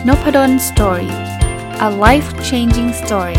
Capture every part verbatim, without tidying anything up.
Nopadon Story. A life-changing story.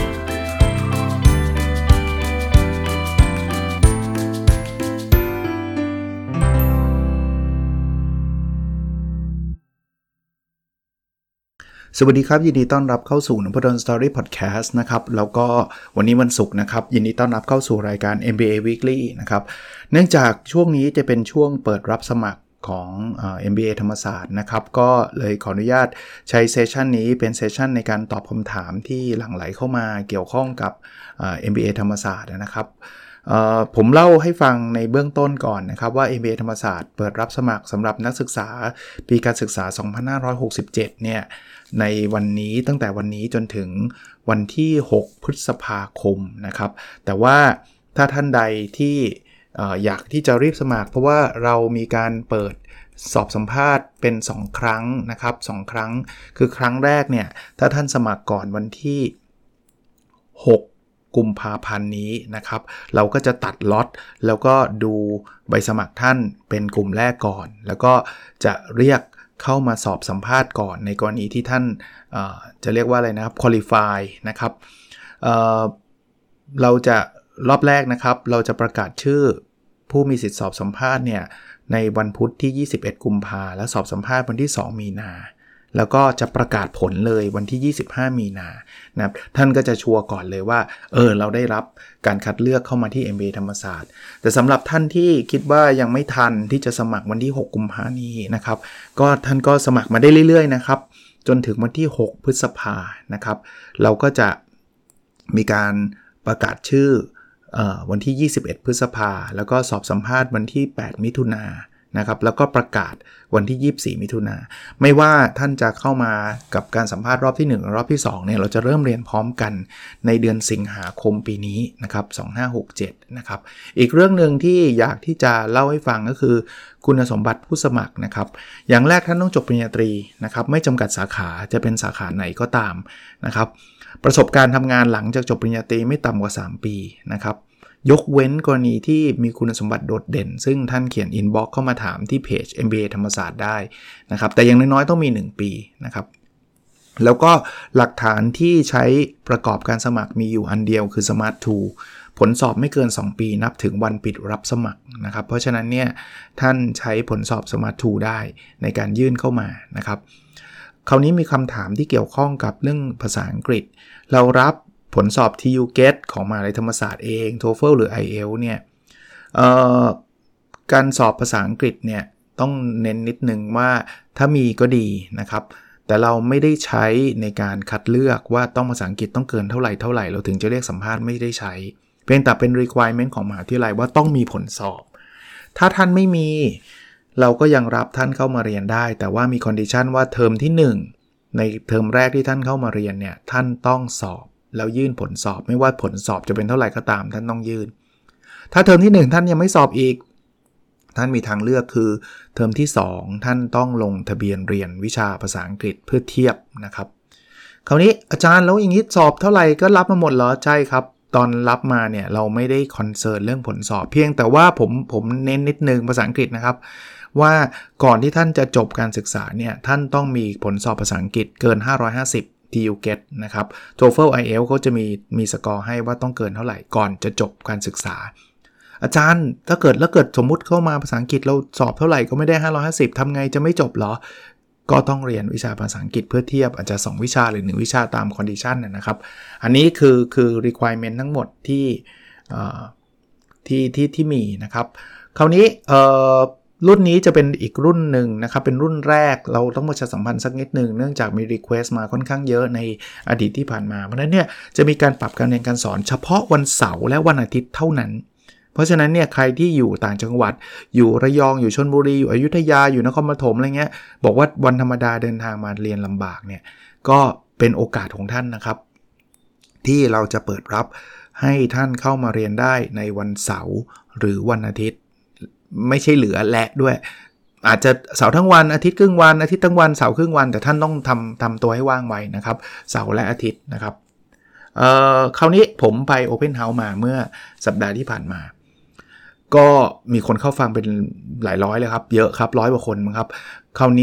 สวัสดีครับยินดีต้อนรับเข้าสู่ Nopadon Story Podcast นะครับแล้วก็วันนี้วันศุกร์นะครับยินดีต้อนรับเข้าสู่รายการ เอ็ม บี เอ Weekly นะครับเนื่องจากช่วงนี้จะเป็นช่วงเปิดรับสมัครของเอ่อ เอ็ม บี เอ ธรรมศาสตร์นะครับก็เลยขออนุญาตใช้เซสชันนี้เป็นเซสชันในการตอบคำถามที่หลั่งไหลเข้ามาเกี่ยวข้องกับเอ่อ เอ็ม บี เอ ธรรมศาสตร์นะครับเอ่อผมเล่าให้ฟังในเบื้องต้นก่อนนะครับว่า เอ็ม บี เอ ธรรมศาสตร์เปิดรับสมัครสำหรับนักศึกษาปีการศึกษาสองพันห้าร้อยหกสิบเจ็ดเนี่ยในวันนี้ตั้งแต่วันนี้จนถึงวันที่หกพฤษภาคมนะครับแต่ว่าถ้าท่านใดที่เอ่ออยากที่จะรีบสมัครเพราะว่าเรามีการเปิดสอบสัมภาษณ์เป็นสองครั้งนะครับสองครั้งคือครั้งแรกเนี่ยถ้าท่านสมัครก่อนวันที่หกกุมภาพันธ์นี้นะครับเราก็จะตัดล็อตแล้วก็ดูใบสมัครท่านเป็นกลุ่มแรกก่อนแล้วก็จะเรียกเข้ามาสอบสัมภาษณ์ก่อนในกรณีที่ท่านเอ่อจะเรียกว่าอะไรนะครับ qualify นะครับเอ่อเราจะรอบแรกนะครับเราจะประกาศชื่อผู้มีสิทธิสอบสัมภาษณ์เนี่ยในวันพุธที่ยี่สิบเอ็ดกุมภาพันธ์และสอบสัมภาษณ์วันที่สองมีนาแล้วก็จะประกาศผลเลยวันที่ยี่สิบห้ามีนานะครับท่านก็จะชัวร์ก่อนเลยว่าเออเราได้รับการคัดเลือกเข้ามาที่ เอ็ม บี เอ ธรรมศาสตร์แต่สำหรับท่านที่คิดว่ายังไม่ทันที่จะสมัครวันที่หกกุมภาพันธ์นี้นะครับก็ท่านก็สมัครมาได้เรื่อยๆนะครับจนถึงวันที่หกพฤษภานะครับเราก็จะมีการประกาศชื่อเอ่อวันที่ยี่สิบเอ็ดพฤษภาแล้วก็สอบสัมภาษณ์วันที่แปดมิถุนายนนะครับแล้วก็ประกาศวันที่ยี่สิบสี่มิถุนายนไม่ว่าท่านจะเข้ามากับการสัมภาษณ์รอบที่หนึ่งหรือรอบที่สองเนี่ยเราจะเริ่มเรียนพร้อมกันในเดือนสิงหาคมปีนี้นะครับสองพันห้าร้อยหกสิบเจ็ดนะครับอีกเรื่องนึงที่อยากที่จะเล่าให้ฟังก็คือคุณสมบัติผู้สมัครนะครับอย่างแรกท่านต้องจบปริญญาตรีนะครับไม่จำกัดสาขาจะเป็นสาขาไหนก็ตามนะครับประสบการณ์ทำงานหลังจากจบปริญญาตรีไม่ต่ำกว่าสามปีนะครับยกเว้นกรณีที่มีคุณสมบัติโดดเด่นซึ่งท่านเขียนอินบ็อกซ์เข้ามาถามที่เพจ เอ็ม บี เอ ธรรมศาสตร์ได้นะครับแต่อย่างน้อยๆต้องมีหนึ่งปีนะครับแล้วก็หลักฐานที่ใช้ประกอบการสมัครมีอยู่อันเดียวคือ Smart ทู ผลสอบไม่เกินสองปีนับถึงวันปิดรับสมัครนะครับเพราะฉะนั้นเนี่ยท่านใช้ผลสอบ Smart ทู ได้ในการยื่นเข้ามานะครับคราวนี้มีคำถามที่เกี่ยวข้องกับเรื่องภาษาอังกฤษเรารับผลสอบ ที ยู จี เอ ที ของมหาวิทยาลัยธรรมศาสตร์เอง โทเฟิล หรือ ไอ เอล เนี่ยเอ่อการสอบภาษาอังกฤษเนี่ยต้องเน้นนิดนึงว่าถ้ามีก็ดีนะครับแต่เราไม่ได้ใช้ในการคัดเลือกว่าต้องภาษาอังกฤษต้องเกินเท่าไหร่เท่าไหร่เราถึงจะเรียกสัมภาษณ์ไม่ได้ใช้เพียงแต่เป็น requirement ของมหาวิทยาลัยว่าต้องมีผลสอบถ้าท่านไม่มีเราก็ยังรับท่านเข้ามาเรียนได้แต่ว่ามี condition ว่าเทอมที่หนึ่งในเทอมแรกที่ท่านเข้ามาเรียนเนี่ยท่านต้องสอบแล้วยื่นผลสอบไม่ว่าผลสอบจะเป็นเท่าไหร่ก็ตามท่านต้องยื่นถ้าเทอมที่หนึ่งท่านยังไม่สอบอีกท่านมีทางเลือกคือเทอมที่สองท่านต้องลงทะเบียนเรียนวิชาภาษาอังกฤษเพื่อเทียบนะครับคราวนี้อาจารย์แล้วอย่างนี้สอบเท่าไหร่ก็รับมาหมดเหรอใช่ครับตอนรับมาเนี่ยเราไม่ได้คอนเซิร์นเรื่องผลสอบเพียงแต่ว่าผมผมเน้นนิดนึงภาษาอังกฤษนะครับว่าก่อนที่ท่านจะจบการศึกษาเนี่ยท่านต้องมีผลสอบภาษาอังกฤษเกินห้าร้อยห้าสิบที ยู จี เอ ที นะครับ โทเฟิล ไอ เอล เขาจะมีมีสกอร์ให้ว่าต้องเกินเท่าไหร่ก่อนจะจบการศึกษาอาจารย์ถ้าเกิดแล้วเกิดสมมุติเข้ามาภาษาอังกฤษเราสอบเท่าไหร่ก็ไม่ได้ห้าร้อยห้าสิบทำไงจะไม่จบเหรอก็ต้องเรียนวิชาภาษาอังกฤษเพื่อเทียบอาจจะสองวิชาหรือหนึ่งวิชาตามคอนดิชันนะครับอันนี้คือคือ requirement ทั้งหมดที่เอ่อที่ที่ที่มีนะครับคราวนี้เอ่อรุ่นนี้จะเป็นอีกรุ่นหนึ่งนะครับเป็นรุ่นแรกเราต้องประชาสัมพันธ์สักนิดนึงเนื่องจากมี request มาค่อนข้างเยอะในอดีตที่ผ่านมาเพราะฉะนั้นเนี่ยจะมีการปรับการเรียนการสอนเฉพาะวันเสาร์และวันอาทิตย์เท่านั้นเพราะฉะนั้นเนี่ยใครที่อยู่ต่างจังหวัดอยู่ระยองอยู่ชลบุรีอยู่อยุธยาอยู่นครปฐมอะไรเงี้ยบอกว่าวันธรรมดาเดินทางมาเรียนลำบากเนี่ยก็เป็นโอกาสของท่านนะครับที่เราจะเปิดรับให้ท่านเข้ามาเรียนได้ในวันเสาร์หรือวันอาทิตย์ไม่ใช่เหลือและด้วยอาจจะเสาร์ทั้งวันอาทิตย์ครึ่งวันอาทิตย์ทั้งวันเสาร์ครึ่งวันแต่ท่านต้องทำทำตัวให้ว่างไว้นะครับเสาร์และอาทิตย์นะครับเอ่อคราวนี้ผมไป Open House มาเมื่อสัปดาห์ที่ผ่านมาก็มีคนเข้าฟังเป็นหลายร้อยเลยครับเยอะครับร้อยกว่าคนมั้งครับคราวนี้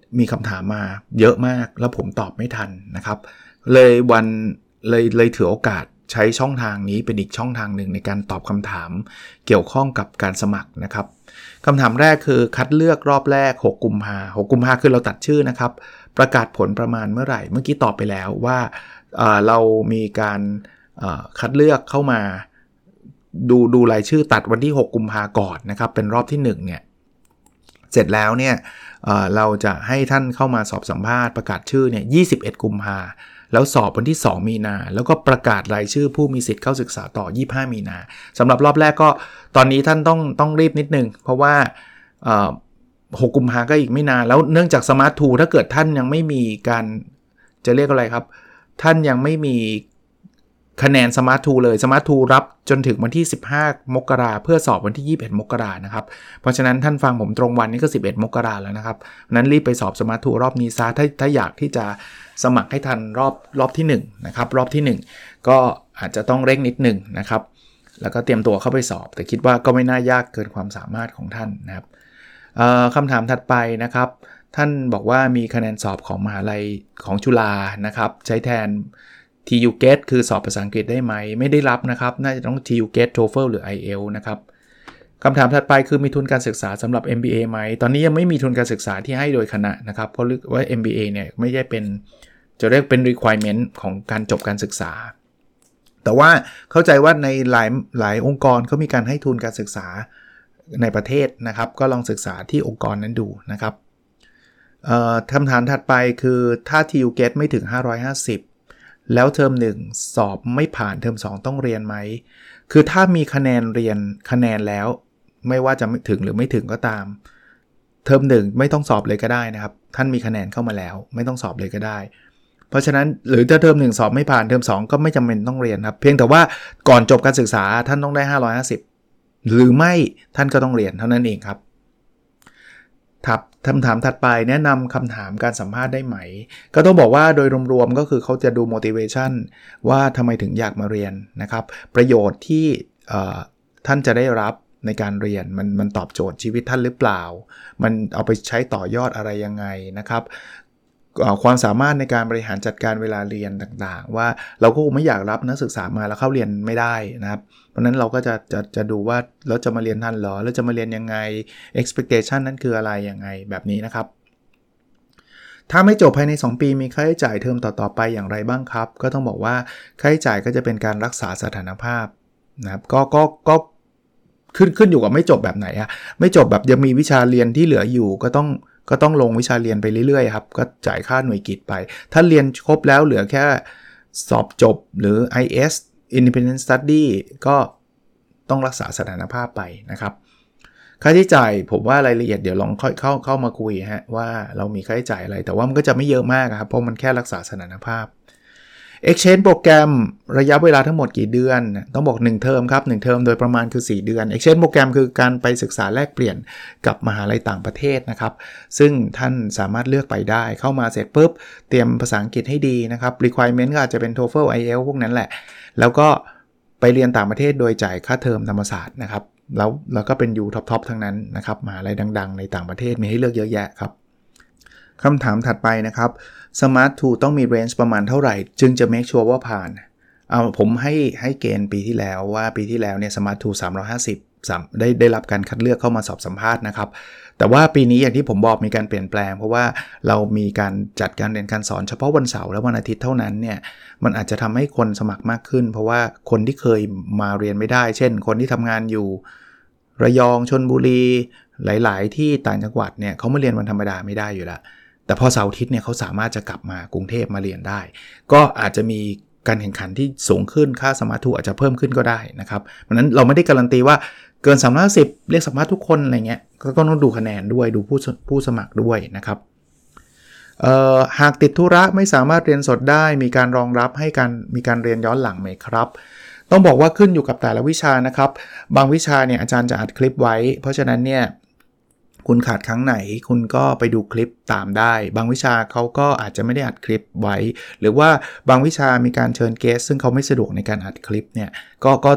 มีคำถามมาเยอะมากแล้วผมตอบไม่ทันนะครับเลยวันเลยเลยถือโอกาสใช้ช่องทางนี้เป็นอีกช่องทางหนึ่งในการตอบคำถามเกี่ยวข้องกับการสมัครนะครับคำถามแรกคือคัดเลือกรอบแรกหกกุมภาพันธ์หกกุมภาพันธ์คือเราตัดชื่อนะครับประกาศผลประมาณเมื่อไหร่เมื่อกี้ตอบไปแล้วว่าเอ่อเรามีการเอ่อคัดเลือกเข้ามาดูดูรายชื่อตัดวันที่หกกุมภาพันธ์ก่อนนะครับเป็นรอบที่หนึ่งเนี่ยเสร็จแล้วเนี่ย เอ่อ เราจะให้ท่านเข้ามาสอบสัมภาษณ์ประกาศชื่อเนี่ยยี่สิบเอ็ดกุมภาพันธ์แล้วสอบวันที่สองมีนาแล้วก็ประกาศรายชื่อผู้มีสิทธิ์เข้าศึกษาต่อยี่สิบห้ามีนาสำหรับรอบแรกก็ตอนนี้ท่านต้องต้องรีบนิดนึงเพราะว่าเอ่อหกกุมภาพันธ์ก็อีกไม่นานแล้วเนื่องจากสมาร์ททูถ้าเกิดท่านยังไม่มีการจะเรียกอะไรครับท่านยังไม่มีคะแนนสมาร์ททูเลยสมาร์ททูรับจนถึงวันที่สิบห้ามกราเพื่อสอบวันที่ยี่สิบเอ็ดมกรานะครับเพราะฉะนั้นท่านฟังผมตรงวันนี้ก็สิบเอ็ดมกราแล้วนะครับนั้นรีบไปสอบสมาร์ททูรอบนี้ซะถ้าถ้าอยากที่จะสมัครให้ทันรอบรอบที่หนึ่งนะครับรอบที่หนึ่งก็อาจจะต้องเร่งนิดหนึ่งนะครับแล้วก็เตรียมตัวเข้าไปสอบแต่คิดว่าก็ไม่น่ายากเกินความสามารถของท่านนะครับคำถามถัดไปนะครับท่านบอกว่ามีคะแนนสอบของมหาลัยของจุฬานะครับใช้แทน ที ยู เกต คือสอบภาษาอังกฤษได้ไหมไม่ได้รับนะครับน่าจะต้อง ที ยู เกต TOEFL หรือ ไอ เอล นะครับคำถามถัดไปคือมีทุนการศึกษาสำหรับ เอ็ม บี เอ ไหมตอนนี้ยังไม่มีทุนการศึกษาที่ให้โดยคณะนะครับเพราะว่า เอ็ม บี เอ เนี่ยไม่ได้เป็นจะเรียกเป็น requirement ของการจบการศึกษาแต่ว่าเข้าใจว่าในหลายหลายองค์กรเขามีการให้ทุนการศึกษาในประเทศนะครับก็ลองศึกษาที่องค์กรนั้นดูนะครับคำถามถัดไปคือถ้า ที ยู เกต ไม่ถึงห้าร้อยห้าสิบแล้วเทอมหนึ่งสอบไม่ผ่านเทอมสองต้องเรียนไหมคือถ้ามีคะแนนเรียนคะแนนแล้วไม่ว่าจะไม่ถึงหรือไม่ถึงก็ตามเทอมหนึ่งไม่ต้องสอบเลยก็ได้นะครับท่านมีคะแนนเข้ามาแล้วไม่ต้องสอบเลยก็ได้เพราะฉะนั้นหรือถ้าเทอมหนึ่งสอบไม่ผ่านเทอมสองก็ไม่จำเป็นต้องเรียนครับเพียงแต่ว่าก่อนจบการศึกษาท่านต้องได้ห้าร้อยห้าสิบหรือไม่ท่านก็ต้องเรียนเท่านั้นเองครับถัดคำถามถัดไปแนะนำคำถามการสัมภาษณ์ได้ไหมก็ต้องบอกว่าโดยรวมๆก็คือเขาจะดู motivation ว่าทำไมถึงอยากมาเรียนนะครับประโยชน์ที่ท่านจะได้รับในการเรียนมันมันตอบโจทย์ชีวิตท่านหรือเปล่ามันเอาไปใช้ต่อยอดอะไรยังไงนะครับความสามารถในการบริหารจัดการเวลาเรียนต่างๆว่าเราก็คงไม่อยากรับนักศึกษามาแล้วเข้าเรียนไม่ได้นะครับเพราะนั้นเราก็จะจะจะดูว่าแล้วจะมาเรียนทันหรอแล้วจะมาเรียนยังไง expectation นั้นคืออะไรยังไงแบบนี้นะครับถ้าไม่จบภายในสองปีมีค่าใช้จ่ายเทอมต่อๆไปอย่างไรบ้างครับก็ต้องบอกว่าค่าใช้จ่ายก็จะเป็นการรักษาสถานภาพนะครับก็ก็ก็ขึ้นขึ้นอยู่กับไม่จบแบบไหนอะไม่จบแบบยังมีวิชาเรียนที่เหลืออยู่ก็ต้องก็ต้องลงวิชาเรียนไปเรื่อยๆครับก็จ่ายค่าหน่วยกิตไปถ้าเรียนครบแล้วเหลือแค่สอบจบหรือ ไอ เอส Independent Study ก็ต้องรักษาสถานภาพไปนะครับค่าใช้จ่ายผมว่ารายละเอียดเดี๋ยวลองค่อยเข้าเข้ามาคุยฮะว่าเรามีค่าใช้จ่ายอะไรแต่ว่ามันก็จะไม่เยอะมากครับเพราะมันแค่รักษาสถานภาพ Exchange โปรแกรมระยะเวลาทั้งหมดกี่เดือนต้องบอกหนึ่งเทอมครับหนึ่งเทอมโดยประมาณคือสี่เดือน Exchange โปรแกรมคือการไปศึกษาแลกเปลี่ยนกับมหาลัยต่างประเทศนะครับซึ่งท่านสามารถเลือกไปได้เข้ามาเสร็จปุ๊บเตรียมภาษาอังกฤษให้ดีนะครับ requirement ก็อาจจะเป็น TOEFL ไอ เอล พวกนั้นแหละแล้วก็ไปเรียนต่างประเทศโดยจ่ายค่าเทอมธรรมศาสตร์นะครับแล้วแล้วก็เป็นยูท็อปๆทั้งนั้นนะครับมหาลัยดังๆในต่างประเทศมีให้เลือกเยอะแยะครับคำถามถัดไปนะครับ Smart ทู ต้องมี range ประมาณเท่าไหร่จึงจะ make sure ว่าผ่านเอาผมให้ให้เกณฑ์ปีที่แล้วว่าปีที่แล้วเนี่ย Smart ทู สามร้อยห้าสิบได้ได้รับการคัดเลือกเข้ามาสอบสัมภาษณ์นะครับแต่ว่าปีนี้อย่างที่ผมบอกมีการเปลี่ยนแปลงเพราะว่าเรามีการจัดการเรียนการสอนเฉพาะวันเสาร์และวันอาทิตย์เท่านั้นเนี่ยมันอาจจะทำให้คนสมัครมากขึ้นเพราะว่าคนที่เคยมาเรียนไม่ได้เช่นคนที่ทำงานอยู่ระยองชลบุรีหลายๆที่ต่างจังหวัดเนี่ยเขามาเรียนวันธรรมดาไม่ได้อยู่แล้วแต่พอเสาร์อาทิตย์เนี่ยเขาสามารถจะกลับมากรุงเทพมาเรียนได้ก็อาจจะมีการแข่งขันที่สูงขึ้นค่าสมาร์ททูอาจจะเพิ่มขึ้นก็ได้นะครับเพราะนั้นเราไม่ได้การันตีว่าเกินสามร้อยห้าสิบเรียกสามารถทุกคนอะไรเงี้ยก็ต้องดูคะแนนด้วยดูผู้ผู้สมัครด้วยนะครับเอ่อหากติดธุระไม่สามารถเรียนสดได้มีการรองรับให้การมีการเรียนย้อนหลังไหมครับต้องบอกว่าขึ้นอยู่กับแต่ละวิชานะครับบางวิชาเนี่ยอาจารย์จะอัดคลิปไว้เพราะฉะนั้นเนี่ยคุณขาดครั้งไหนคุณก็ไปดูคลิปตามได้บางวิชาเขาก็อาจจะไม่ได้อัดคลิปไว้หรือว่าบางวิชามีการเชิญเกสซึ่งเขาไม่สะดวกในการอัดคลิปเนี่ยก็ก็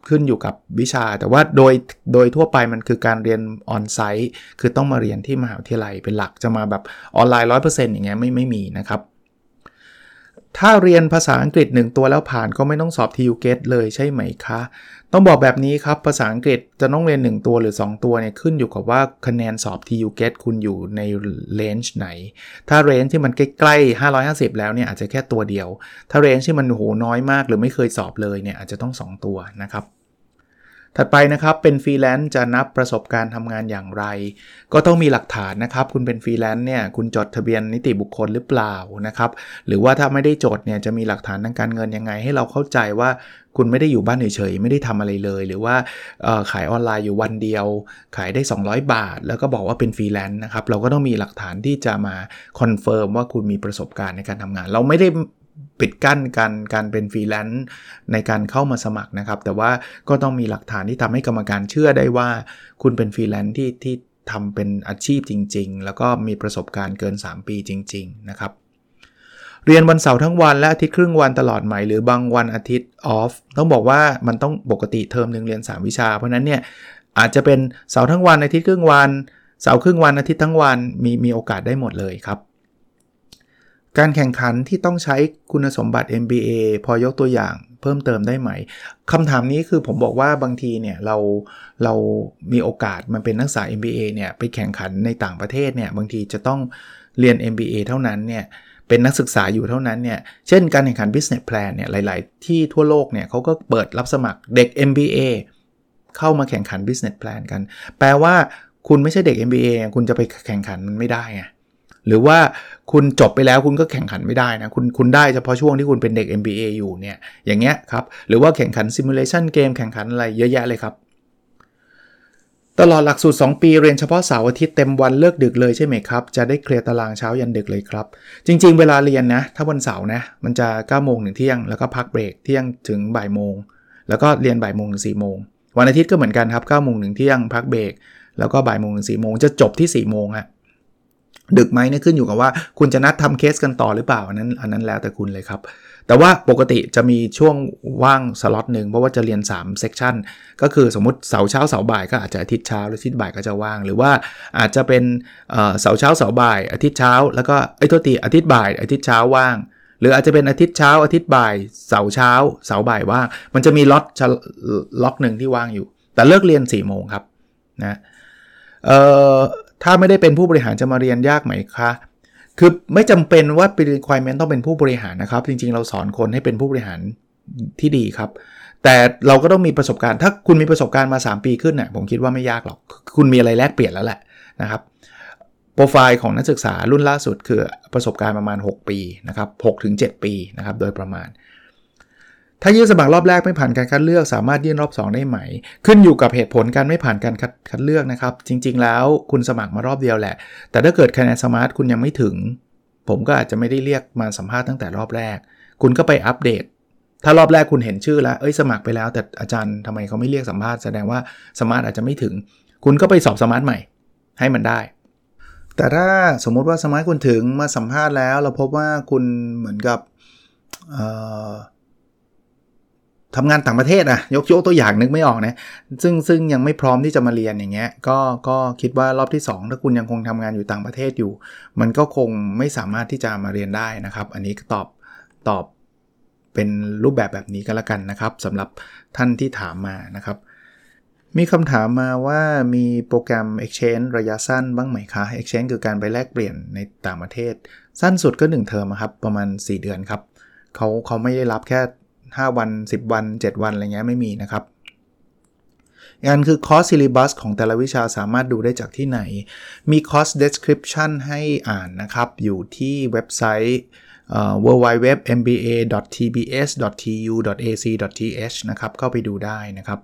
ขึ้นอยู่กับวิชาแต่ว่าโดยโดยทั่วไปมันคือการเรียนออนไซต์คือต้องมาเรียนที่มหาวิทยาลัยเป็นหลักจะมาแบบออนไลน์ ร้อยเปอร์เซ็นต์ อย่างเงี้ยไม่ไม่มีนะครับถ้าเรียนภาษาอังกฤษหนึ่งตัวแล้วผ่านก็ไม่ต้องสอบ ที ยู จี เอ ที เลยใช่ไหมคะต้องบอกแบบนี้ครับภาษาอังกฤษจะต้องเรียนหนึ่งตัวหรือสองตัวเนี่ยขึ้นอยู่กับว่าคะแนนสอบ ที ยู จี เอ ที คุณอยู่ในเรนจ์ไหนถ้าเรนจ์ที่มันใกล้ๆห้าร้อยห้าสิบแล้วเนี่ยอาจจะแค่ตัวเดียวถ้าเรนจ์ที่มันโหน้อยมากหรือไม่เคยสอบเลยเนี่ยอาจจะต้องสองตัวนะครับถัดไปนะครับเป็นฟรีแลนซ์จะนับประสบการณ์ทำงานอย่างไรก็ต้องมีหลักฐานนะครับคุณเป็นฟรีแลนซ์เนี่ยคุณจดทะเบียนนิติบุคคลหรือเปล่านะครับหรือว่าถ้าไม่ได้จดเนี่ยจะมีหลักฐานทางการเงินยังไงให้เราเข้าใจว่าคุณไม่ได้อยู่บ้านเฉยๆไม่ได้ทำอะไรเลยหรือว่าขายออนไลน์อยู่วันเดียวขายได้สองร้อยบาทแล้วก็บอกว่าเป็นฟรีแลนซ์นะครับเราก็ต้องมีหลักฐานที่จะมาคอนเฟิร์มว่าคุณมีประสบการณ์ในการทำงานเราไม่ได้ปิดกั้นการการเป็นฟรีแลนซ์ในการเข้ามาสมัครนะครับแต่ว่าก็ต้องมีหลักฐานที่ทำให้กรรมการเชื่อได้ว่าคุณเป็นฟรีแลนซ์ที่ที่ทำเป็นอาชีพจริงๆแล้วก็มีประสบการณ์เกินสามปีจริงๆนะครับเรียนวันเสาร์ทั้งวันและอาทิตย์ครึ่งวันตลอดไหมหรือบางวันอาทิตย์ออฟต้องบอกว่ามันต้องปกติเทอมนึงเรียนสามวิชาเพราะนั้นเนี่ยอาจจะเป็นเสาร์ทั้งวันอาทิตย์ครึ่งวันเสาร์ครึ่งวันอาทิตย์ทั้งวันมีมีโอกาสได้หมดเลยครับการแข่งขันที่ต้องใช้คุณสมบัติ เอ็ม บี เอ พอยกตัวอย่างเพิ่มเติมได้ไหมคำถามนี้คือผมบอกว่าบางทีเนี่ยเราเรามีโอกาสมันเป็นนักศึกษา เอ็ม บี เอ เนี่ยไปแข่งขันในต่างประเทศเนี่ยบางทีจะต้องเรียน เอ็ม บี เอ เท่านั้นเนี่ยเป็นนักศึกษาอยู่เท่านั้นเนี่ยเช่นการแข่งขัน Business Plan เนี่ยหลายๆที่ทั่วโลกเนี่ยเขาก็เปิดรับสมัครเด็ก เอ็ม บี เอ เข้ามาแข่งขัน Business Plan กันแปลว่าคุณไม่ใช่เด็ก เอ็ม บี เอ คุณจะไปแข่งขันมันไม่ได้ไงหรือว่าคุณจบไปแล้วคุณก็แข่งขันไม่ได้นะคุณคุณได้เฉพาะช่วงที่คุณเป็นเด็ก เอ็ม บี เอ อยู่เนี่ยอย่างเงี้ยครับหรือว่าแข่งขัน Simulation Game แข่งขันอะไรเยอะแยะเลยครับตลอดหลักสูตรสองปีเรียนเฉพาะเสาร์อาทิตย์เต็มวันเลิกดึกเลยใช่ไหมครับจะได้เคลียร์ตารางเช้ายันดึกเลยครับจริงๆเวลาเรียนนะถ้าวันเสาร์นะมันจะเก้าโมงถึงเที่ยงแล้วก็พักเบรกเที่ยงถึงบ่ายโมงแล้วก็เรียนบ่ายโมงถึงสี่โมงวันอาทิตย์ก็เหมือนกันครับเก้าโมงถึงเที่ยงพักเบรกแล้วก็บ่ายโมงถึงสี่โมงจะจบที่สี่โมงฮะดึกไหมเนี่ยขึ้นอยู่กับว่าคุณจะนัดทำเคสกันต่อหรือเปล่าอันนั้นอันนั้นแล้วแต่คุณเลยครับแต่ว่าปกติจะมีช่วงว่างสล็อตนึงเพราะว่าจะเรียนสามเซกชันก็คือสมมุติเสาร์เช้าเสาร์บ่ายก็อาจจะอาทิตย์เช้าแล้วอาทิตย์บ่ายก็จะว่างหรือว่าอาจจะเป็นเอ่อเสาร์เช้าเสาร์บ่ายอาทิตย์เช้าแล้วก็ไอ้ตัวตีอาทิตย์บ่ายอาทิตย์เช้าว่างหรืออาจจะเป็นอาทิตย์เช้าอาทิตย์บ่ายเสาร์เช้าเสาร์บ่ายว่างมันจะมีล็อตล็อกนึงที่ว่างอยู่แต่เลิกเรียน สี่โมงครับนะเอ่อถ้าไม่ได้เป็นผู้บริหารจะมาเรียนยากไหมคะคือไม่จำเป็นว่าเป็น requirement ต้องเป็นผู้บริหารนะครับจริงๆเราสอนคนให้เป็นผู้บริหารที่ดีครับแต่เราก็ต้องมีประสบการณ์ถ้าคุณมีประสบการณ์มาสามปีขึ้นน่ะผมคิดว่าไม่ยากหรอกคุณมีอะไรแลกเปลี่ยนแล้วแหละนะครับโปรไฟล์ของนักศึกษารุ่นล่าสุดคือประสบการณ์ประมาณหกปีนะครับ หกถึงเจ็ด ปีนะครับโดยประมาณถ้ายื่นสมัครรอบแรกไม่ผ่านการคัดเลือกสามารถยื่นรอบสองได้ไหมขึ้นอยู่กับเหตุผลการไม่ผ่านการคัดคัดเลือกนะครับจริงๆแล้วคุณสมัครมารอบเดียวแหละแต่ถ้าเกิดคะแนนสมาร์ทคุณยังไม่ถึงผมก็อาจจะไม่ได้เรียกมาสัมภาษณ์ตั้งแต่รอบแรกคุณก็ไปอัปเดตถ้ารอบแรกคุณเห็นชื่อแล้วเอ้ยสมัครไปแล้วแต่อาจารย์ทำไมเขาไม่เรียกสัมภาษณ์แสดงว่าสมาร์ทอาจจะไม่ถึงคุณก็ไปสอบสมาร์ทใหม่ให้มันได้แต่ถ้าสมมติว่าสมาร์ทคุณถึงมาสัมภาษณ์แล้วเราพบว่าคุณเหมือนกับเอ่อทำงานต่างประเทศอะยกยกตัวอย่างนึกไม่ออกนะซึ่งซึ่งยังไม่พร้อมที่จะมาเรียนอย่างเงี้ยก็ก็คิดว่ารอบที่สองถ้าคุณยังคงทำงานอยู่ต่างประเทศอยู่มันก็คงไม่สามารถที่จะมาเรียนได้นะครับอันนี้ตอบตอบเป็นรูปแบบแบบนี้ก็แล้วกันนะครับสำหรับท่านที่ถามมานะครับมีคำถามมาว่ามีโปรแกรม exchange ระยะสั้นบ้างไหมคะ exchange คือการไปแลกเปลี่ยนในต่างประเทศสั้นสุดก็หนึ่งเทอมครับประมาณสี่เดือนครับเขาเขาไม่ได้รับแค่ห้าวันสิบวันเจ็ดวันอะไรเงี้ยไม่มีนะครับงานคือคอร์สซิลิบัสของแต่ละวิชาสามารถดูได้จากที่ไหนมีคอร์ส description ให้อ่านนะครับอยู่ที่เว็บไซต์ ดับเบิลยู ดับเบิลยู ดับเบิลยู ดอท เอ็ม บี เอ ดอท ที บี เอส ดอท ที ยู ดอท เอ ซี ดอท ที เอช นะครับเข้าไปดูได้นะครับ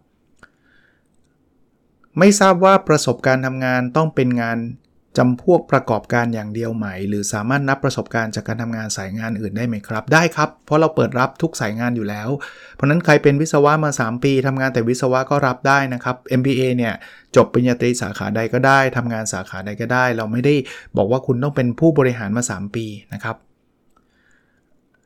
ไม่ทราบว่าประสบการณ์ทำงานต้องเป็นงานจำพวกประกอบการอย่างเดียวไหมหรือสามารถนับประสบการณ์จากการทำงานสายงานอื่นได้ไหมครับได้ครับเพราะเราเปิดรับทุกสายงานอยู่แล้วเพราะนั้นใครเป็นวิศวะมาสามปีทำงานแต่วิศวะก็รับได้นะครับ เอ็ม บี เอ เนี่ยจบปริญญาตรีสาขาใดก็ได้ทำงานสาขาใดก็ได้เราไม่ได้บอกว่าคุณต้องเป็นผู้บริหารมาสามปีนะครับ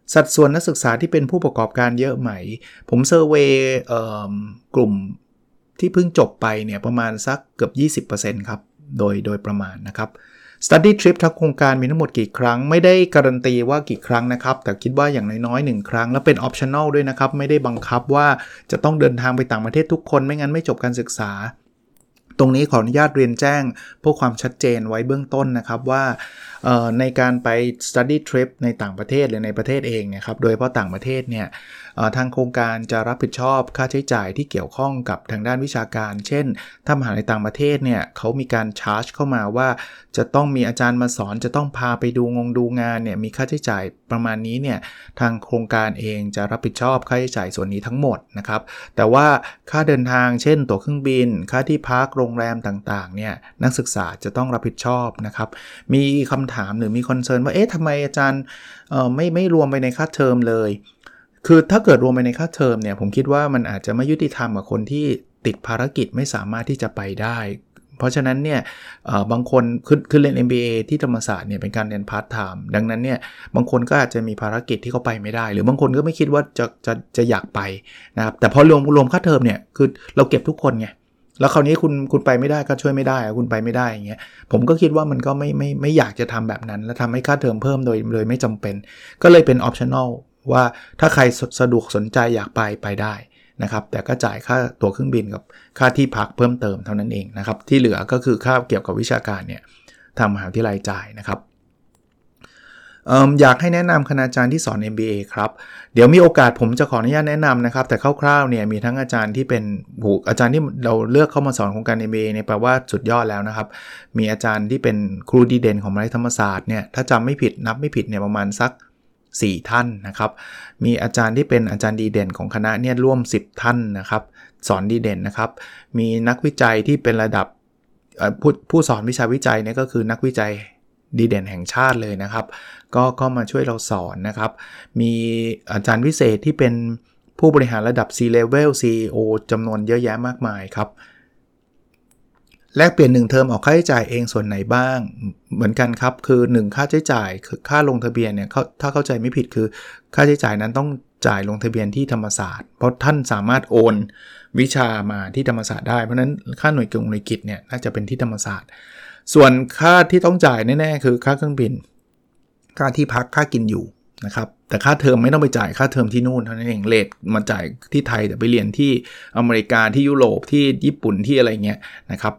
สัดส่วนนักศึกษาที่เป็นผู้ประกอบการเยอะไหมผมเซอร์เวย์กลุ่มที่เพิ่งจบไปเนี่ยประมาณสักเกือบ ยี่สิบเปอร์เซ็นต์ ครับโดยโดยประมาณนะครับ Study Trip ทั้งโครงการมีทั้งหมดกี่ครั้งไม่ได้การันตีว่ากี่ครั้งนะครับแต่คิดว่าอย่างน้อยๆหนึ่งครั้งแล้วเป็น optional ด้วยนะครับไม่ได้บังคับว่าจะต้องเดินทางไปต่างประเทศทุกคนไม่งั้นไม่จบการศึกษาตรงนี้ขออนุญาตเรียนแจ้งเพื่อความชัดเจนไว้เบื้องต้นนะครับว่าในการไป study trip ในต่างประเทศหรือในประเทศเองเนี่ยครับโดยเฉพาะต่างประเทศเนี่ยทางโครงการจะรับผิดชอบค่าใช้จ่ายที่เกี่ยวข้องกับทางด้านวิชาการเช่นถ้ามหาลัยต่างประเทศเนี่ยเขามีการ charge เข้ามาว่าจะต้องมีอาจารย์มาสอนจะต้องพาไปดูงงดูงานเนี่ยมีค่าใช้จ่ายประมาณนี้เนี่ยทางโครงการเองจะรับผิดชอบค่าใช้จ่ายส่วนนี้ทั้งหมดนะครับแต่ว่าค่าเดินทางเช่นตั๋วเครื่องบินค่าที่พักโรงแรมต่างๆเนี่ยนักศึกษาจะต้องรับผิดชอบนะครับมีคำถามหรือมีคอนเซิร์นว่าเอ๊ะทำไมอาจารย์เอ่อไม่ไม่รวมไปในค่าเทอมเลยคือถ้าเกิดรวมไปในค่าเทอมเนี่ยผมคิดว่ามันอาจจะไม่ยุติธรรมกับคนที่ติดภารกิจไม่สามารถที่จะไปได้เพราะฉะนั้นเนี่ยบางคนคือคือเรียน เอ็ม บี เอ ที่ธรรมศาสตร์เนี่ยเป็นการเรียนพาร์ทไทม์ดังนั้นเนี่ยบางคนก็อาจจะมีภารกิจที่เขาไปไม่ได้หรือบางคนก็ไม่คิดว่าจะจะจะอยากไปนะครับแต่พอรวมรวมค่าเทอมเนี่ยคือเราเก็บทุกคนไงแล้วคราวนี้คุณคุณไปไม่ได้ก็ช่วยไม่ได้คุณไปไม่ได้อย่างเงี้ยผมก็คิดว่ามันก็ไม่ไม่ไม่อยากจะทำแบบนั้นแล้วทำให้ค่าเทอมเพิ่มโดยโดยไม่จำเป็นก็เลยเป็น optional ว่าถ้าใครสะดวกสนใจอยากไปไปได้นะครับแต่ก็จ่ายค่าตั๋วเครื่องบินกับค่าที่พักเพิ่มเติมเท่านั้นเองนะครับที่เหลือก็คือค่าเกี่ยวกับวิชาการเนี่ยทางมหาวิทยาลัยจ่ายนะครับเอ่ออยากให้แนะนำคณาจารย์ที่สอน เอ็ม บี เอ ครับเดี๋ยวมีโอกาสผมจะขออนุญาตแนะนำนะครับแต่คร่าวๆเนี่ยมีทั้งอาจารย์ที่เป็นผู้อาจารย์ที่เราเลือกเข้ามาสอนโครงการ เอ็ม บี เอ เนี่ยแปลว่าสุดยอดแล้วนะครับมีอาจารย์ที่เป็นครูดีเด่นของมหาวิทยาลัยธรรมศาสตร์เนี่ยถ้าจำไม่ผิดนับไม่ผิดเนี่ยประมาณสักสี่ท่านนะครับมีอาจารย์ที่เป็นอาจารย์ดีเด่นของคณะเนี่ยร่วมสิบท่านนะครับสอนดีเด่นนะครับมีนักวิจัยที่เป็นระดับผู้ผู้สอนวิชาวิจัยเนี่ยก็คือนักวิจัยดีเด่นแห่งชาติเลยนะครับก็ก็มาช่วยเราสอนนะครับมีอาจารย์พิเศษที่เป็นผู้บริหารระดับ C level ซี อี โอ จำนวนเยอะแยะมากมายครับแลกเปลี่ยนหนึ่งเทอมออกค่าใช้จ่ายเองส่วนไหนบ้างเหมือนกันครับคือหนึ่งค่าใช้จ่ายคือค่าลงทะเบียนเนี่ยถ้าเข้าใจไม่ผิดคือค่าใช้จ่ายนั้นต้องจ่ายลงทะเบียนที่ธรรมศาสตร์เพราะท่านสามารถโอนวิชามาที่ธรรมศาสตร์ได้เพราะนั้นค่าหน่วยกงหน่วยกิจเนี่ยน่าจะเป็นที่ธรรมศาสตร์ส่วนค่าที่ต้องจ่ายแน่ๆคือค่าเครื่องบินค่าที่พักค่ากินอยู่นะครับแต่ค่าเทอมไม่ต้องไปจ่ายค่าเทอมที่นู่นเท่านั้นเองเลทมาจ่ายที่ไทยแต่ไปเรียนที่อเมริกาที่ยุโรปที่ญี่ปุ่นที่อะไรเงี้ยนะครับ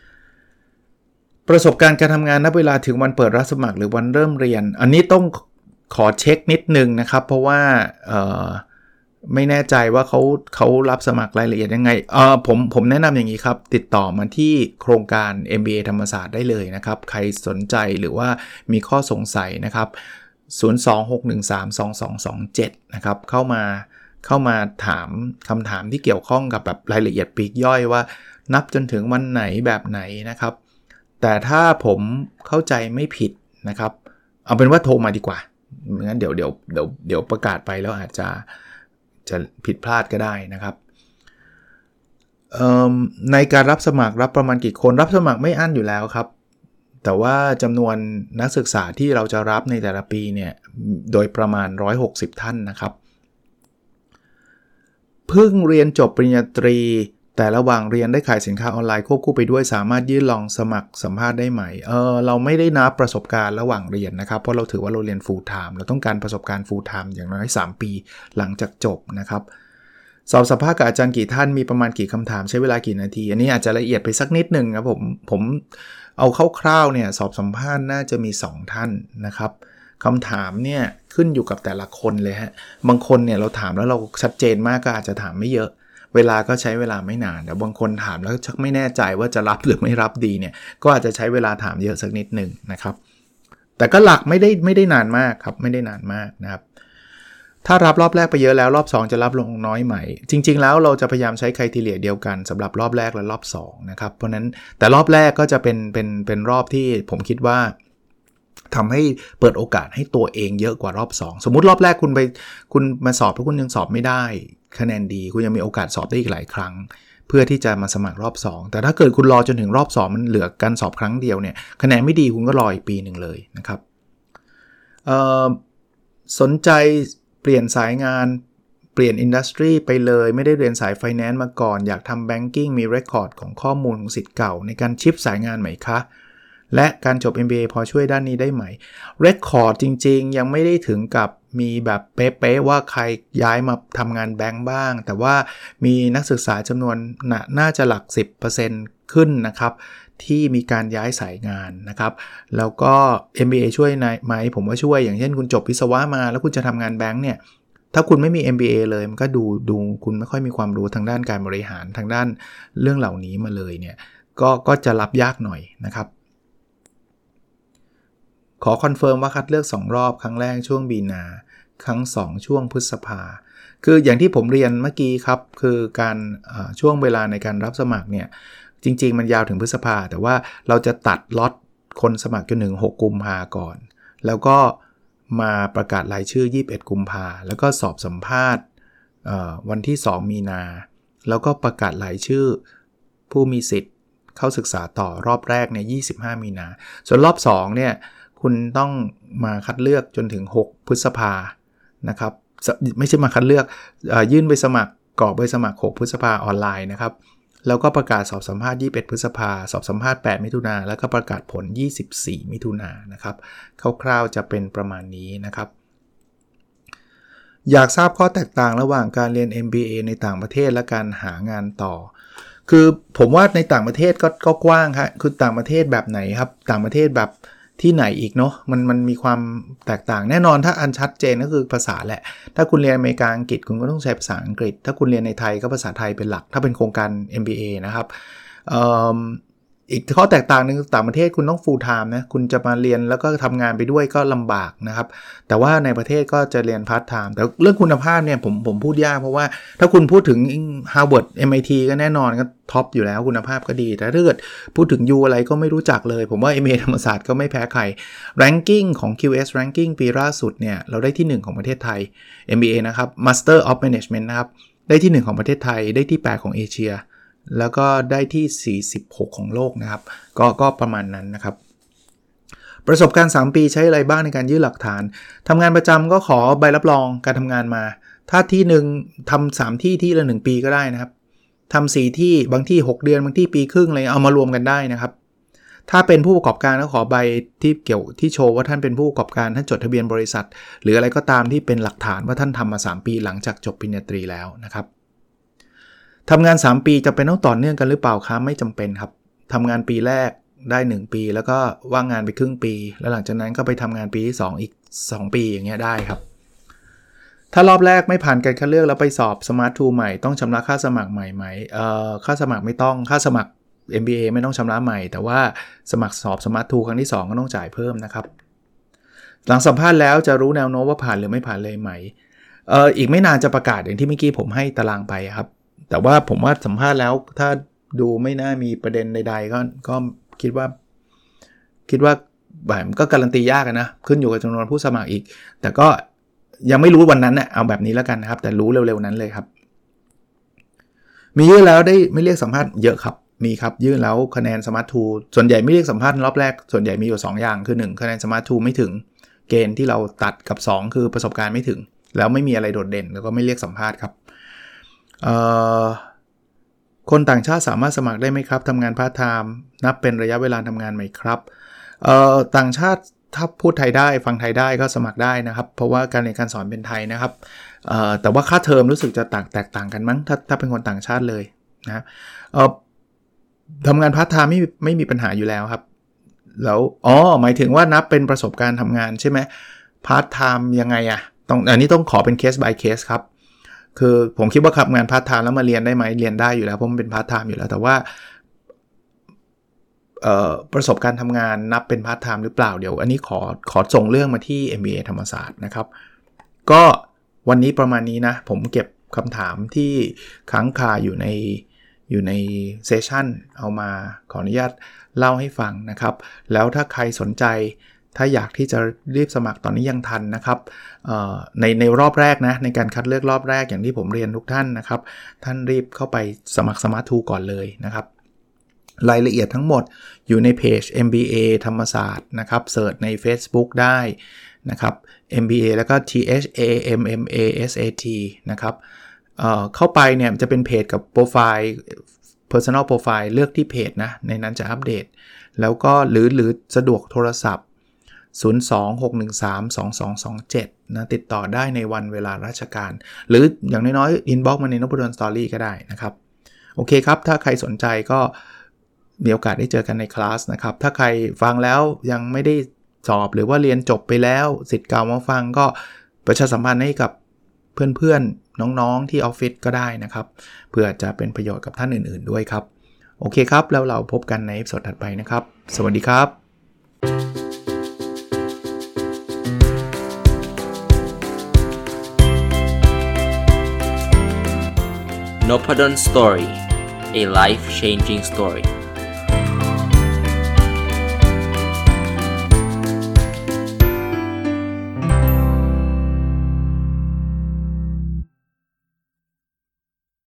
ประสบการณ์การทำงานณเวลาถึงวันเปิดรับสมัครหรือวันเริ่มเรียนอันนี้ต้องขอเช็คนิดนึงนะครับเพราะว่าเอ่อไม่แน่ใจว่าเขาเขารับสมัครรายละเอียดยังไงเออผมผมแนะนำอย่างนี้ครับติดต่อมาที่โครงการ เอ็ม บี เอ ธรรมศาสตร์ได้เลยนะครับใครสนใจหรือว่ามีข้อสงสัยนะครับศูนย์ สอง หก หนึ่ง สาม สอง สอง สอง เจ็ดนะครับเข้ามาเข้ามาถามคำถามที่เกี่ยวข้องกับแบบรายละเอียดปลีกย่อยว่านับจนถึงวันไหนแบบไหนนะครับแต่ถ้าผมเข้าใจไม่ผิดนะครับเอาเป็นว่าโทรมาดีกว่าไม่งั้นเดี๋ยวเดี๋ยวเดี๋ยวเดี๋ยวประกาศไปแล้วอาจจะจะผิดพลาดก็ได้นะครับในการรับสมัครรับประมาณกี่คนรับสมัครไม่อั้นอยู่แล้วครับแต่ว่าจำนวนนักศึกษาที่เราจะรับในแต่ละปีเนี่ยโดยประมาณหนึ่งร้อยหกสิบท่านนะครับเพิ่งเรียนจบปริญญาตรีแต่ระหว่างเรียนได้ขายสินค้าออนไลน์ควบคู่ไปด้วยสามารถยื่นลองสมัครสัมภาษณ์ได้ไหมเออเราไม่ได้นับประสบการณ์ระหว่างเรียนนะครับเพราะเราถือว่าเราเรียน full time เราต้องการประสบการณ์ full time อย่างน้อยสามปีหลังจากจบนะครับสอบสัมภาษณ์กับอาจารย์กี่ท่านมีประมาณกี่คำถามใช้เวลากี่นาทีอันนี้อาจจะละเอียดไปสักนิดนึงครับผมผมเอาคร่าวๆเนี่ยสอบสัมภาษณ์น่าจะมีสองท่านนะครับคำถามเนี่ยขึ้นอยู่กับแต่ละคนเลยฮะบางคนเนี่ยเราถามแล้วเราชัดเจนมากก็อาจจะถามไม่เยอะเวลาก็ใช้เวลาไม่นานแต่บางคนถามแล้วชักไม่แน่ใจว่าจะรับหรือไม่รับดีเนี่ยก็อาจจะใช้เวลาถามเยอะสักนิดนึงนะครับแต่ก็หลักไม่ได้ไม่ได้นานมากครับไม่ได้นานมากนะครับถ้ารับรอบแรกไปเยอะแล้วรอบสองจะรับลงน้อยไหมจริงๆแล้วเราจะพยายามใช้ไครทีเรียเดียวกันสำหรับรอบแรกและรอบสองนะครับเพราะนั้นแต่รอบแรกก็จะเป็นเป็นเป็นรอบที่ผมคิดว่าทำให้เปิดโอกาสให้ตัวเองเยอะกว่ารอบสองสมมุติรอบแรกคุณไปคุณมาสอบแล้วคุณยังสอบไม่ได้คะแนนดีคุณยังมีโอกาสสอบได้อีกหลายครั้งเพื่อที่จะมาสมัครรอบสองแต่ถ้าเกิดคุณรอจนถึงรอบสองมันเหลือการสอบครั้งเดียวเนี่ยคะแนนไม่ดีคุณก็รออีกปีนึงเลยนะครับเอ่อสนใจเปลี่ยนสายงานเปลี่ยนอินดัสทรีไปเลยไม่ได้เรียนสายไฟแนนซ์มาก่อนอยากทำแบงกิ้งมีเรคคอร์ดของข้อมูลของสิทธิ์เก่าในการชิฟสายงานไหมคะและการจบ เอ็ม บี เอ พอช่วยด้านนี้ได้ไหมเรคคอร์ดจริงๆยังไม่ได้ถึงกับมีแบบเป๊ะๆว่าใครย้ายมาทำงานแบงก์บ้างแต่ว่ามีนักศึกษาจำนวนนน่าจะหลัก สิบเปอร์เซ็นต์ ขึ้นนะครับที่มีการย้ายสายงานนะครับแล้วก็ เอ็ม บี เอ ช่วยไหมผมว่าช่วยอย่างเช่นคุณจบวิศวะมาแล้วคุณจะทำงานแบงก์เนี่ยถ้าคุณไม่มี เอ็ม บี เอ เลยมันก็ดูดูคุณไม่ค่อยมีความรู้ทางด้านการบริหารทางด้านเรื่องเหล่านี้มาเลยเนี่ยก็ก็จะรับยากหน่อยนะครับขอคอนเฟิร์มว่าคัดเลือกสองรอบครั้งแรกช่วงมีนาครั้งสองช่วงพฤษภาคืออย่างที่ผมเรียนเมื่อกี้ครับคือการช่วงเวลาในการรับสมัครเนี่ยจริงๆมันยาวถึงพฤษภาแต่ว่าเราจะตัดล็อตคนสมัครจนถึงหกกุมภาก่อนแล้วก็มาประกาศรายชื่อยี่สิบเอ็ดกุมภาแล้วก็สอบสัมภาษณ์วันที่สองมีนาแล้วก็ประกาศรายชื่อผู้มีสิทธิ์เข้าศึกษาต่อรอบแรกในยี่สิบห้ามีนาส่วนรอบสองเนี่ยคุณต้องมาคัดเลือกจนถึงหกพฤษภานะครับไม่ใช่มาคัดเลือกยื่นใบสมัครกรอกใบสมัครหกพฤษภาออนไลน์นะครับแล้วก็ประกาศสอบสัมภาษณ์ยี่สิบเอ็ดพฤษภาสอบสัมภาษณ์แปดมิถุนายนแล้วก็ประกาศผลยี่สิบสี่มิถุนายนนะครับคร่าวๆจะเป็นประมาณนี้นะครับอยากทราบข้อแตกต่างระหว่างการเรียน เอ็ม บี เอ ในต่างประเทศและการหางานต่อคือผมว่าในต่างประเทศก็ก็กว้างครับคือต่างประเทศแบบไหนครับต่างประเทศแบบที่ไหนอีกเนาะมันมันมีความแตกต่างแน่นอนถ้าอันชัดเจนก็คือภาษาแหละถ้าคุณเรียนอเมริกาอังกฤษคุณก็ต้องใช้ภาษาอังกฤษถ้าคุณเรียนในไทยก็ภาษาไทยเป็นหลักถ้าเป็นโครงการ เอ็ม บี เอ นะครับเอ่ออีกข้อแตกต่างนึงต่างประเทศคุณต้อง full time นะคุณจะมาเรียนแล้วก็ทำงานไปด้วยก็ลำบากนะครับแต่ว่าในประเทศก็จะเรียน part time แต่เรื่องคุณภาพเนี่ยผมผมพูดยากเพราะว่าถ้าคุณพูดถึง Harvard เอ็ม ไอ ที ก็แน่นอนก็ท็อปอยู่แล้วคุณภาพก็ดีแต่ถ้าเกิดพูดถึง U อะไรก็ไม่รู้จักเลยผมว่า เอ็ม บี เอ ธรรมศาสตร์ก็ไม่แพ้ใคร ranking ของ คิว เอส ranking ปีล่าสุดเนี่ยเราได้ที่หนึ่งของประเทศไทย เอ็ม บี เอ นะครับ Master of Management นะครับได้ที่หนึ่งของประเทศไทยได้ที่แปดของเอเชียแล้วก็ได้ที่สี่สิบหกของโลกนะครับก็ก็ประมาณนั้นนะครับประสบการณ์สามปีใช้อะไรบ้างในการยื่นหลักฐานทำงานประจำก็ขอใบรับรองการทำงานมาถ้าที่หนึ่งทำสามที่ที่ละหนึ่งปีก็ได้นะครับทำสี่ที่บางที่หกเดือนบางที่ปีครึ่งอะไรเอามารวมกันได้นะครับถ้าเป็นผู้ประกอบการก็ขอใบที่เกี่ยวที่โชว์ว่าท่านเป็นผู้ประกอบการท่านจดทะเบียนบริษัทหรืออะไรก็ตามที่เป็นหลักฐานว่าท่านทำมาสามปีหลังจากจบปริญญาตรีแล้วนะครับทำงานสามปีจะเป็นต้องต่อเนื่องกันหรือเปล่าคะไม่จำเป็นครับทำงานปีแรกได้หนึ่งปีแล้วก็ว่างงานไปครึ่งปีแล้วหลังจากนั้นก็ไปทำงานปีที่สองอีกสองปีอย่างเงี้ยได้ครับถ้ารอบแรกไม่ผ่านการคัดเลือกแล้วไปสอบ Smart ทู ใหม่ต้องชำระค่าสมัครใหม่ไหมเอ่อค่าสมัครไม่ต้องค่าสมัคร เอ็ม บี เอ ไม่ต้องชำระใหม่แต่ว่าสมัครสอบ Smart ทู ครั้งที่สองก็ต้องจ่ายเพิ่มนะครับหลังสัมภาษณ์แล้วจะรู้แนวโน้มว่าผ่านหรือไม่ผ่านเลยไหมเอ่ออีกไม่นานจะประกาศอย่างที่เมื่อกี้ผมให้ตารางไปครับแต่ว่าผมว่าสัมภาษณ์แล้วถ้าดูไม่น่ามีประเด็นใดๆก็ก็คิดว่าคิดว่าแบบก็การันตียากนะขึ้นอยู่กับจำนวนผู้สมัครอีกแต่ก็ยังไม่รู้วันนั้นนะเอาแบบนี้แล้วกันนะครับแต่รู้เร็วๆนั้นเลยครับมียื่นแล้วได้ไม่เรียกสัมภาษณ์เยอะครับมีครับยื่นแล้วคะแนน Smart ทู ส่วนใหญ่ไม่เรียกสัมภาษณ์รอบแรกส่วนใหญ่มีอยู่สองอย่างคือหนึ่งคะแนน Smart ทู ไม่ถึงเกณฑ์ที่เราตัดกับสองคือประสบการณ์ไม่ถึงแล้วไม่มีอะไรโดดเด่นแล้วก็ไม่เรียกสัมภาษณ์ครับคนต่างชาติสามารถสมัครได้ไหมครับทำงานพาร์ทไทม์นับเป็นระยะเวลาทำงานไหมครับต่างชาติถ้าพูดไทยได้ฟังไทยได้ก็สมัครได้นะครับเพราะว่าการเรียนการสอนเป็นไทยนะครับแต่ว่าค่าเทอมรู้สึกจะต่างแตกต่างกันมั้งถ้าถ้าเป็นคนต่างชาติเลยนะครับทำงานพาร์ทไทม์ไม่ไม่มีปัญหาอยู่แล้วครับแล้วอ๋อหมายถึงว่านับเป็นประสบการณ์ทำงานใช่ไหมพาร์ทไทม์ยังไงอะต้องอันนี้ต้องขอเป็นเคส by เคสครับคือผมคิดว่าขับงานพาร์ทไทม์แล้วมาเรียนได้ไหมเรียนได้อยู่แล้วเพราะมันเป็นพาร์ทไทม์อยู่แล้วแต่ว่าประสบการณ์ทำงานนับเป็นพาร์ทไทม์หรือเปล่าเดี๋ยวอันนี้ขอขอส่งเรื่องมาที่ เอ็ม บี เอ ธรรมศาสตร์นะครับก็วันนี้ประมาณนี้นะผมเก็บคำถามที่ค้างคาอยู่ในอยู่ในเซสชั่นเอามาขออนุญาตเล่าให้ฟังนะครับแล้วถ้าใครสนใจถ้าอยากที่จะรีบสมัครตอนนี้ยังทันนะครับในในรอบแรกนะในการคัดเลือกรอบแรกอย่างที่ผมเรียนทุกท่านนะครับท่านรีบเข้าไปสมัคร Smart ทู ก่อนเลยนะครับรายละเอียดทั้งหมดอยู่ในเพจ เอ็ม บี เอ ธรรมศาสตร์นะครับเสิร์ชใน Facebook ได้นะครับ เอ็ม บี เอ แล้วก็ ที เอช เอ เอ็ม เอ็ม เอ เอส เอ ที นะครับเอ่อเข้าไปเนี่ยจะเป็นเพจกับโปรไฟล์ Personal Profile เลือกที่เพจนะในนั้นจะอัปเดตแล้วก็หรือหรือสะดวกโทรศัพท์ศูนย์ สอง หก หนึ่ง สาม สอง สอง สอง เจ็ดนะติดต่อได้ในวันเวลาราชการหรืออย่างน้อยๆ inbox มาในนพดล Story ก็ได้นะครับโอเคครับถ้าใครสนใจก็มีโอกาสได้เจอกันในคลาสนะครับถ้าใครฟังแล้วยังไม่ได้สอบหรือว่าเรียนจบไปแล้วศิษย์เก่ามาฟังก็ประชาสัมพันธ์ให้กับเพื่อนๆน้องๆที่ออฟฟิศก็ได้นะครับเพื่อจะเป็นประโยชน์กับท่านอื่นๆด้วยครับโอเคครับแล้วเราพบกันในเอพิโซดถัดไปนะครับสวัสดีครับ Nopadon Story, a life-changing story.